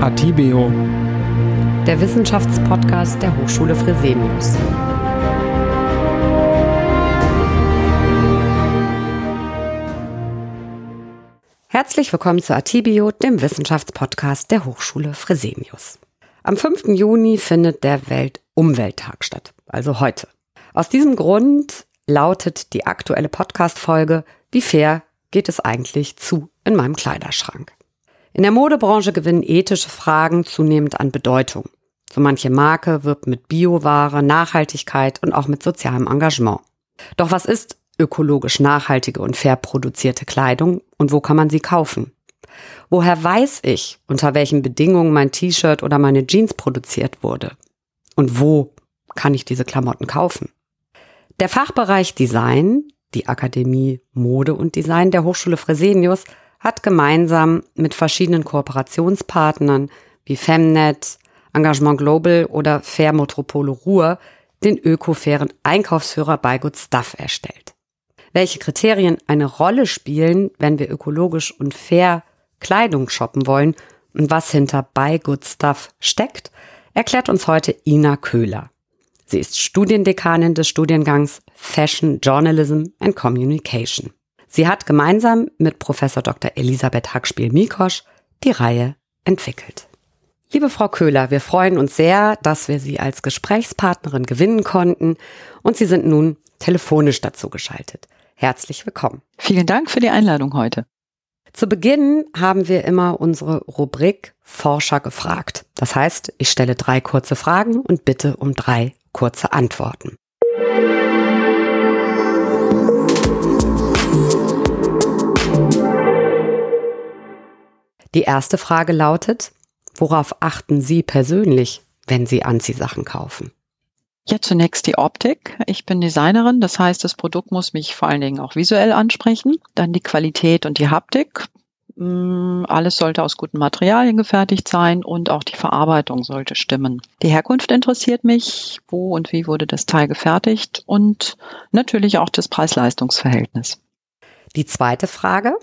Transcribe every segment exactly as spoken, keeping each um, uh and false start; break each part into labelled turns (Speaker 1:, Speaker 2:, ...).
Speaker 1: Atibio,
Speaker 2: der Wissenschaftspodcast der Hochschule Fresenius. Herzlich willkommen zu Atibio, dem Wissenschaftspodcast der Hochschule Fresenius. Am fünften Juni findet der Weltumwelttag statt, also heute. Aus diesem Grund lautet die aktuelle Podcast-Folge: Wie fair geht es eigentlich zu in meinem Kleiderschrank? In der Modebranche gewinnen ethische Fragen zunehmend an Bedeutung. So manche Marke wirbt mit Bioware, Nachhaltigkeit und auch mit sozialem Engagement. Doch was ist ökologisch nachhaltige und fair produzierte Kleidung und wo kann man sie kaufen? Woher weiß ich, unter welchen Bedingungen mein T-Shirt oder meine Jeans produziert wurde? Und wo kann ich diese Klamotten kaufen? Der Fachbereich Design, die Akademie Mode und Design der Hochschule Fresenius, hat gemeinsam mit verschiedenen Kooperationspartnern wie Femnet, Engagement Global oder Fair Metropole Ruhr den öko-fairen Einkaufsführer Buy Good Stuff erstellt. Welche Kriterien eine Rolle spielen, wenn wir ökologisch und fair Kleidung shoppen wollen und was hinter Buy Good Stuff steckt, erklärt uns heute Ina Köhler. Sie ist Studiendekanin des Studiengangs Fashion Journalism and Communication. Sie hat gemeinsam mit Professor Doktor Elisabeth Hackspiel-Mikosch die Reihe entwickelt. Liebe Frau Köhler, wir freuen uns sehr, dass wir Sie als Gesprächspartnerin gewinnen konnten und Sie sind nun telefonisch dazu geschaltet. Herzlich willkommen.
Speaker 3: Vielen Dank für die Einladung heute.
Speaker 2: Zu Beginn haben wir immer unsere Rubrik Forscher gefragt. Das heißt, ich stelle drei kurze Fragen und bitte um drei kurze Antworten. Die erste Frage lautet: Worauf achten Sie persönlich, wenn Sie Anziehsachen kaufen?
Speaker 3: Ja, zunächst die Optik. Ich bin Designerin, das heißt, das Produkt muss mich vor allen Dingen auch visuell ansprechen. Dann die Qualität und die Haptik. Alles sollte aus guten Materialien gefertigt sein und auch die Verarbeitung sollte stimmen. Die Herkunft interessiert mich, wo und wie wurde das Teil gefertigt und natürlich auch das Preis-Leistungs-Verhältnis.
Speaker 2: Die zweite Frage: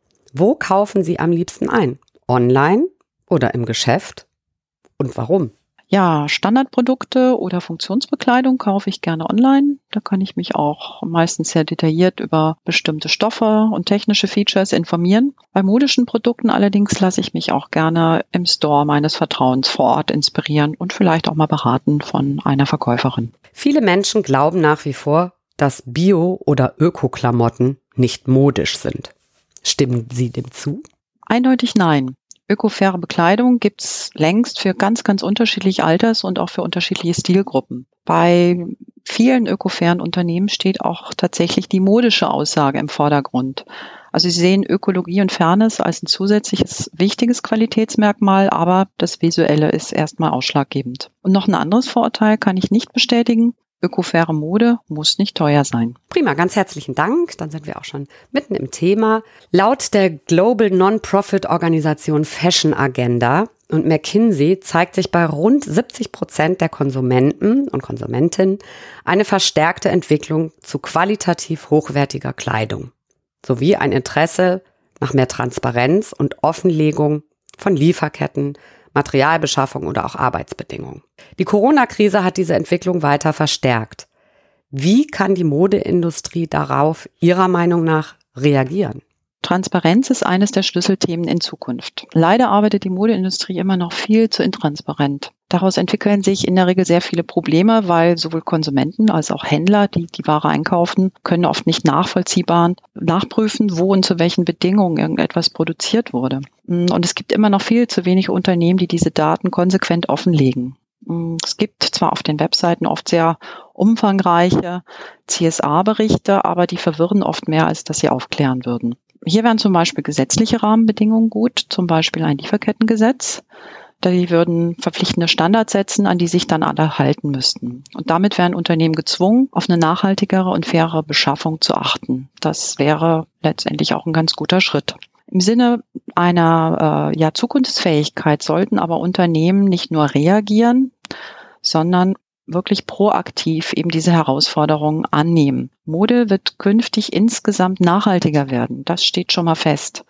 Speaker 2: Wo kaufen Sie am liebsten ein? Online oder im Geschäft? Und warum?
Speaker 3: Ja, Standardprodukte oder Funktionsbekleidung kaufe ich gerne online. Da kann ich mich auch meistens sehr detailliert über bestimmte Stoffe und technische Features informieren. Bei modischen Produkten allerdings lasse ich mich auch gerne im Store meines Vertrauens vor Ort inspirieren und vielleicht auch mal beraten von einer Verkäuferin.
Speaker 2: Viele Menschen glauben nach wie vor, dass Bio- oder Öko-Klamotten nicht modisch sind. Stimmen Sie dem zu?
Speaker 3: Eindeutig nein. Ökofaire Bekleidung gibt's längst für ganz, ganz unterschiedliche Alters- und auch für unterschiedliche Stilgruppen. Bei vielen ökofairen Unternehmen steht auch tatsächlich die modische Aussage im Vordergrund. Also sie sehen Ökologie und Fairness als ein zusätzliches wichtiges Qualitätsmerkmal, aber das Visuelle ist erstmal ausschlaggebend. Und noch ein anderes Vorurteil kann ich nicht bestätigen: Ökofaire Mode muss nicht teuer sein.
Speaker 2: Prima, ganz herzlichen Dank. Dann sind wir auch schon mitten im Thema. Laut der Global Non-Profit-Organisation Fashion Agenda und McKinsey zeigt sich bei rund siebzig Prozent der Konsumenten und Konsumentinnen eine verstärkte Entwicklung zu qualitativ hochwertiger Kleidung sowie ein Interesse nach mehr Transparenz und Offenlegung von Lieferketten, Materialbeschaffung oder auch Arbeitsbedingungen. Die Corona-Krise hat diese Entwicklung weiter verstärkt. Wie kann die Modeindustrie darauf Ihrer Meinung nach reagieren?
Speaker 3: Transparenz ist eines der Schlüsselthemen in Zukunft. Leider arbeitet die Modeindustrie immer noch viel zu intransparent. Daraus entwickeln sich in der Regel sehr viele Probleme, weil sowohl Konsumenten als auch Händler, die die Ware einkaufen, können oft nicht nachvollziehbar nachprüfen, wo und zu welchen Bedingungen irgendetwas produziert wurde. Und es gibt immer noch viel zu wenige Unternehmen, die diese Daten konsequent offenlegen. Es gibt zwar auf den Webseiten oft sehr umfangreiche C S A-Berichte, aber die verwirren oft mehr, als dass sie aufklären würden. Hier wären zum Beispiel gesetzliche Rahmenbedingungen gut, zum Beispiel ein Lieferkettengesetz. Die würden verpflichtende Standards setzen, an die sich dann alle halten müssten. Und damit wären Unternehmen gezwungen, auf eine nachhaltigere und fairere Beschaffung zu achten. Das wäre letztendlich auch ein ganz guter Schritt. Im Sinne einer äh, ja, Zukunftsfähigkeit sollten aber Unternehmen nicht nur reagieren, sondern wirklich proaktiv eben diese Herausforderungen annehmen. Mode wird künftig insgesamt nachhaltiger werden. Das steht schon mal fest.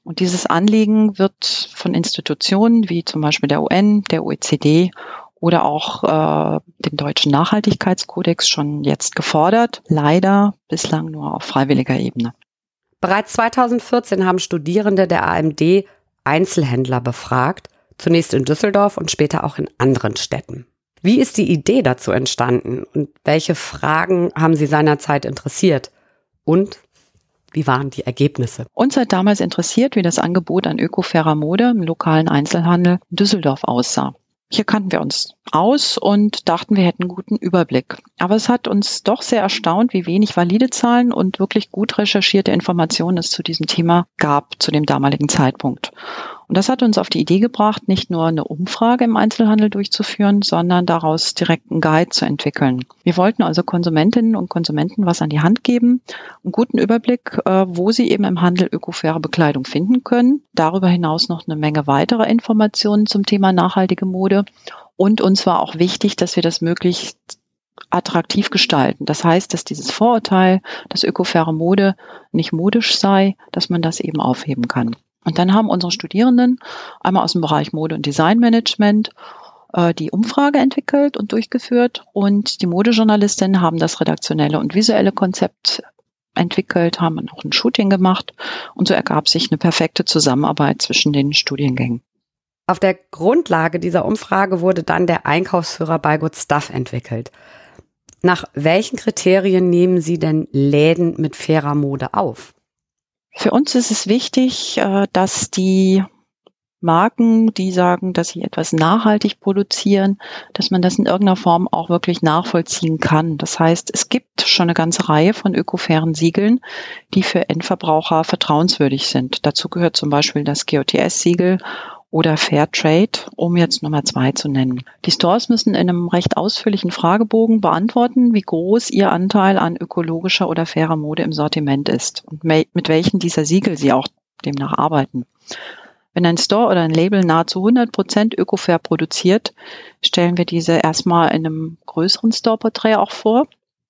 Speaker 3: Und dieses Anliegen wird von Institutionen wie zum Beispiel der U N, der O E C D oder auch äh, dem Deutschen Nachhaltigkeitskodex schon jetzt gefordert. Leider bislang nur auf freiwilliger Ebene.
Speaker 2: Bereits zweitausendvierzehn haben Studierende der A M D Einzelhändler befragt, zunächst in Düsseldorf und später auch in anderen Städten. Wie ist die Idee dazu entstanden und welche Fragen haben Sie seinerzeit interessiert? Und wie waren die Ergebnisse?
Speaker 3: Uns hat damals interessiert, wie das Angebot an ökofairer Mode im lokalen Einzelhandel in Düsseldorf aussah. Hier kannten wir uns aus und dachten, wir hätten einen guten Überblick. Aber es hat uns doch sehr erstaunt, wie wenig valide Zahlen und wirklich gut recherchierte Informationen es zu diesem Thema gab zu dem damaligen Zeitpunkt. Und das hat uns auf die Idee gebracht, nicht nur eine Umfrage im Einzelhandel durchzuführen, sondern daraus direkt einen Guide zu entwickeln. Wir wollten also Konsumentinnen und Konsumenten was an die Hand geben, einen guten Überblick, wo sie eben im Handel ökofaire Bekleidung finden können. Darüber hinaus noch eine Menge weiterer Informationen zum Thema nachhaltige Mode. Und uns war auch wichtig, dass wir das möglichst attraktiv gestalten. Das heißt, dass dieses Vorurteil, dass ökofaire Mode nicht modisch sei, dass man das eben aufheben kann. Und dann haben unsere Studierenden einmal aus dem Bereich Mode- und Designmanagement äh, die Umfrage entwickelt und durchgeführt und die Modejournalistinnen haben das redaktionelle und visuelle Konzept entwickelt, haben noch ein Shooting gemacht und so ergab sich eine perfekte Zusammenarbeit zwischen den Studiengängen.
Speaker 2: Auf der Grundlage dieser Umfrage wurde dann der Einkaufsführer Buy Good Stuff entwickelt. Nach welchen Kriterien nehmen Sie denn Läden mit fairer Mode auf?
Speaker 3: Für uns ist es wichtig, dass die Marken, die sagen, dass sie etwas nachhaltig produzieren, dass man das in irgendeiner Form auch wirklich nachvollziehen kann. Das heißt, es gibt schon eine ganze Reihe von ökofairen Siegeln, die für Endverbraucher vertrauenswürdig sind. Dazu gehört zum Beispiel das G O T S-Siegel oder Fairtrade, um jetzt Nummer zwei zu nennen. Die Stores müssen in einem recht ausführlichen Fragebogen beantworten, wie groß ihr Anteil an ökologischer oder fairer Mode im Sortiment ist und mit welchen dieser Siegel sie auch demnach arbeiten. Wenn ein Store oder ein Label nahezu hundert Prozent ökofair produziert, stellen wir diese erstmal in einem größeren Store-Porträt auch vor.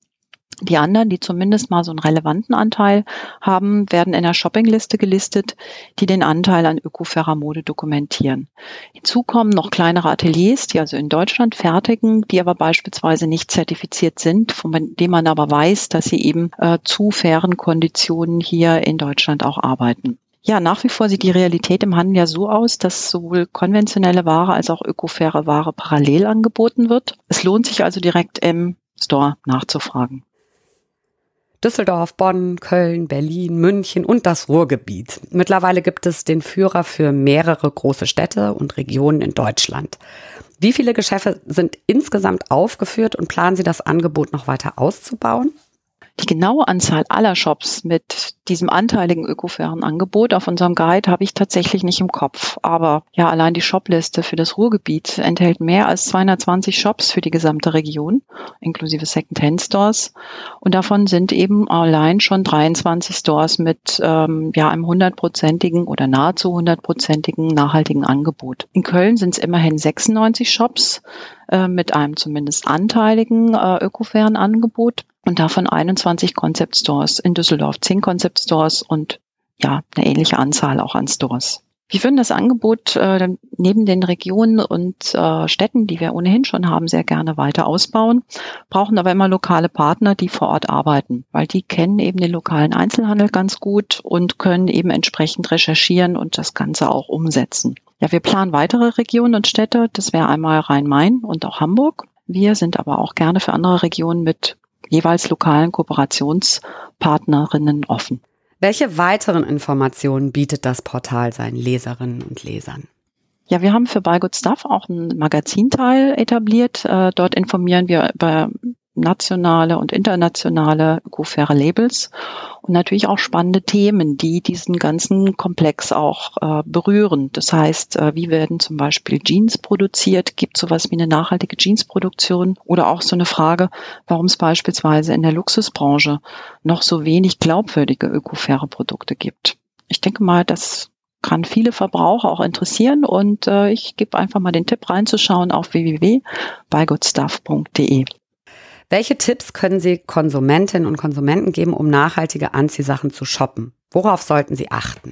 Speaker 3: Die anderen, die zumindest mal so einen relevanten Anteil haben, werden in der Shoppingliste gelistet, die den Anteil an ökofairer Mode dokumentieren. Hinzu kommen noch kleinere Ateliers, die also in Deutschland fertigen, die aber beispielsweise nicht zertifiziert sind, von denen man aber weiß, dass sie eben äh, zu fairen Konditionen hier in Deutschland auch arbeiten. Ja, nach wie vor sieht die Realität im Handel ja so aus, dass sowohl konventionelle Ware als auch ökofaire Ware parallel angeboten wird. Es lohnt sich also direkt im Store nachzufragen.
Speaker 2: Düsseldorf, Bonn, Köln, Berlin, München und das Ruhrgebiet. Mittlerweile gibt es den Führer für mehrere große Städte und Regionen in Deutschland. Wie viele Geschäfte sind insgesamt aufgeführt und planen Sie das Angebot noch weiter auszubauen?
Speaker 3: Die genaue Anzahl aller Shops mit diesem anteiligen ökofairen Angebot auf unserem Guide habe ich tatsächlich nicht im Kopf. Aber ja, allein die Shopliste für das Ruhrgebiet enthält mehr als zweihundertzwanzig Shops für die gesamte Region, inklusive Second-Hand-Stores. Und davon sind eben allein schon dreiundzwanzig Stores mit ähm, ja einem hundertprozentigen oder nahezu hundertprozentigen nachhaltigen Angebot. In Köln sind es immerhin sechsundneunzig Shops äh, mit einem zumindest anteiligen äh, ökofairen Angebot. Und davon einundzwanzig Concept Stores, in Düsseldorf zehn Concept Stores und ja, eine ähnliche Anzahl auch an Stores. Wir würden das Angebot äh, neben den Regionen und äh, Städten, die wir ohnehin schon haben, sehr gerne weiter ausbauen, brauchen aber immer lokale Partner, die vor Ort arbeiten, weil die kennen eben den lokalen Einzelhandel ganz gut und können eben entsprechend recherchieren und das Ganze auch umsetzen. Ja, wir planen weitere Regionen und Städte, das wäre einmal Rhein-Main und auch Hamburg. Wir sind aber auch gerne für andere Regionen mit jeweils lokalen Kooperationspartnerinnen offen.
Speaker 2: Welche weiteren Informationen bietet das Portal seinen Leserinnen und Lesern?
Speaker 3: Ja, wir haben für Buy Good Stuff auch einen Magazinteil etabliert. Dort informieren wir über nationale und internationale ökofaire Labels und natürlich auch spannende Themen, die diesen ganzen Komplex auch äh, berühren. Das heißt, äh, wie werden zum Beispiel Jeans produziert? Gibt es sowas wie eine nachhaltige Jeansproduktion? Oder auch so eine Frage, warum es beispielsweise in der Luxusbranche noch so wenig glaubwürdige ökofaire Produkte gibt. Ich denke mal, das kann viele Verbraucher auch interessieren und äh, ich gebe einfach mal den Tipp reinzuschauen auf w w w punkt buy good stuff punkt d e.
Speaker 2: Welche Tipps können Sie Konsumentinnen und Konsumenten geben, um nachhaltige Anziehsachen zu shoppen? Worauf sollten sie achten?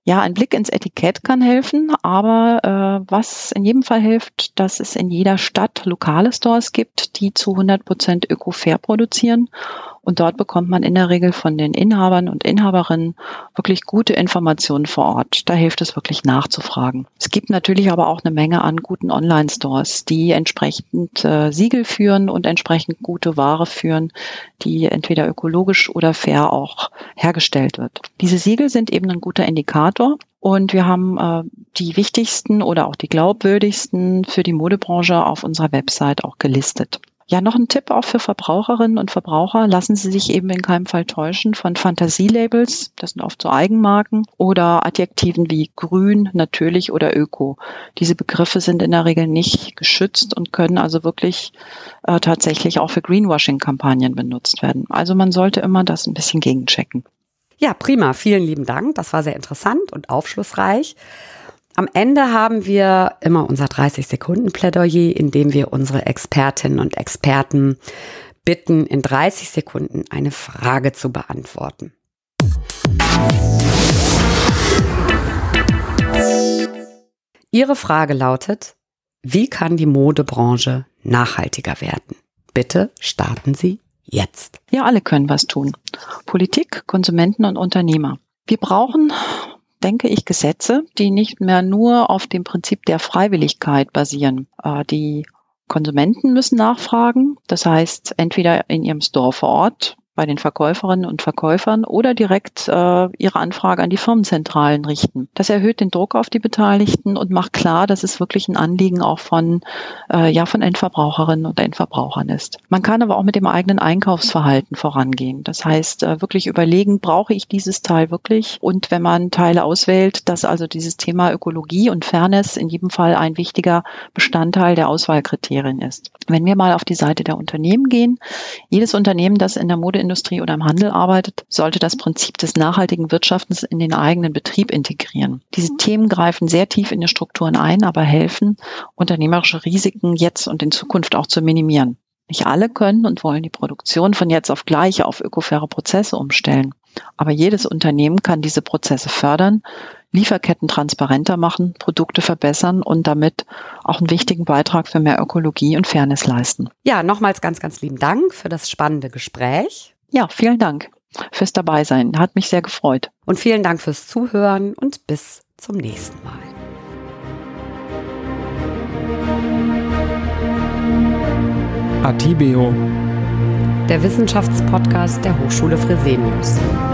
Speaker 3: Ja, ein Blick ins Etikett kann helfen, aber äh, was in jedem Fall hilft, dass es in jeder Stadt lokale Stores gibt, die zu hundert Prozent öko-fair produzieren. Und dort bekommt man in der Regel von den Inhabern und Inhaberinnen wirklich gute Informationen vor Ort. Da hilft es wirklich nachzufragen. Es gibt natürlich aber auch eine Menge an guten Online-Stores, die entsprechend äh, Siegel führen und entsprechend gute Ware führen, die entweder ökologisch oder fair auch hergestellt wird. Diese Siegel sind eben ein guter Indikator. Und wir haben äh, die wichtigsten oder auch die glaubwürdigsten für die Modebranche auf unserer Website auch gelistet. Ja, noch ein Tipp auch für Verbraucherinnen und Verbraucher. Lassen Sie sich eben in keinem Fall täuschen von Fantasielabels. Das sind oft so Eigenmarken oder Adjektiven wie grün, natürlich oder öko. Diese Begriffe sind in der Regel nicht geschützt und können also wirklich äh, tatsächlich auch für Greenwashing-Kampagnen benutzt werden. Also man sollte immer das ein bisschen gegenchecken.
Speaker 2: Ja, prima. Vielen lieben Dank. Das war sehr interessant und aufschlussreich. Am Ende haben wir immer unser dreißig-Sekunden-Plädoyer, in dem wir unsere Expertinnen und Experten bitten, in dreißig Sekunden eine Frage zu beantworten. Ihre Frage lautet: Wie kann die Modebranche nachhaltiger werden? Bitte starten Sie jetzt.
Speaker 3: Ja, alle können was tun. Politik, Konsumenten und Unternehmer. Wir brauchen, denke ich, Gesetze, die nicht mehr nur auf dem Prinzip der Freiwilligkeit basieren. Äh, die Konsumenten müssen nachfragen, das heißt entweder in ihrem Store vor Ort, bei den Verkäuferinnen und Verkäufern oder direkt äh, ihre Anfrage an die Firmenzentralen richten. Das erhöht den Druck auf die Beteiligten und macht klar, dass es wirklich ein Anliegen auch von, äh, ja, von Endverbraucherinnen und Endverbrauchern ist. Man kann aber auch mit dem eigenen Einkaufsverhalten vorangehen. Das heißt, äh, wirklich überlegen, brauche ich dieses Teil wirklich? Und wenn man Teile auswählt, dass also dieses Thema Ökologie und Fairness in jedem Fall ein wichtiger Bestandteil der Auswahlkriterien ist. Wenn wir mal auf die Seite der Unternehmen gehen, jedes Unternehmen, das in der Mode Industrie oder im Handel arbeitet, sollte das Prinzip des nachhaltigen Wirtschaftens in den eigenen Betrieb integrieren. Diese Themen greifen sehr tief in die Strukturen ein, aber helfen, unternehmerische Risiken jetzt und in Zukunft auch zu minimieren. Nicht alle können und wollen die Produktion von jetzt auf gleich auf ökofaire Prozesse umstellen. Aber jedes Unternehmen kann diese Prozesse fördern, Lieferketten transparenter machen, Produkte verbessern und damit auch einen wichtigen Beitrag für mehr Ökologie und Fairness leisten.
Speaker 2: Ja, nochmals ganz, ganz lieben Dank für das spannende Gespräch.
Speaker 3: Ja, vielen Dank fürs Dabeisein. Hat mich sehr gefreut.
Speaker 2: Und vielen Dank fürs Zuhören und bis zum nächsten Mal.
Speaker 1: Atibio,
Speaker 2: der Wissenschaftspodcast der Hochschule Fresenius.